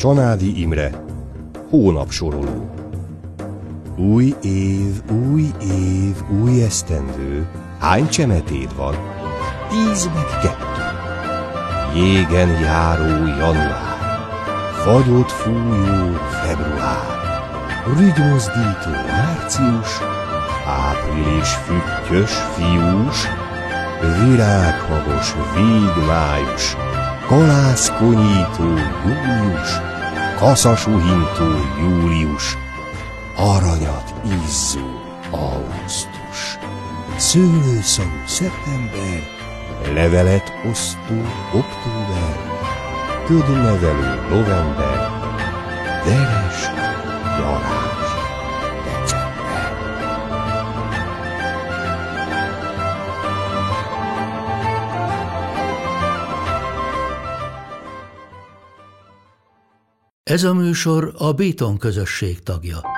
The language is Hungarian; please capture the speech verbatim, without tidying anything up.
Csanádi Imre, hónapsoroló. Új év, új év, új esztendő. Hány csemetéd van? Tíz meg kettő. Jégen járó január, fagyot fújó február, rügymozdító március, április füttyös fiús, virághabos vígmájus, kalászkonyító július, kaszasuhintó július, aranyat izzó augusztus, szőlőszagú szeptember, levelet osztó október, ködnevelő november, deres darázs december. Ez a műsor a Béton közösség tagja.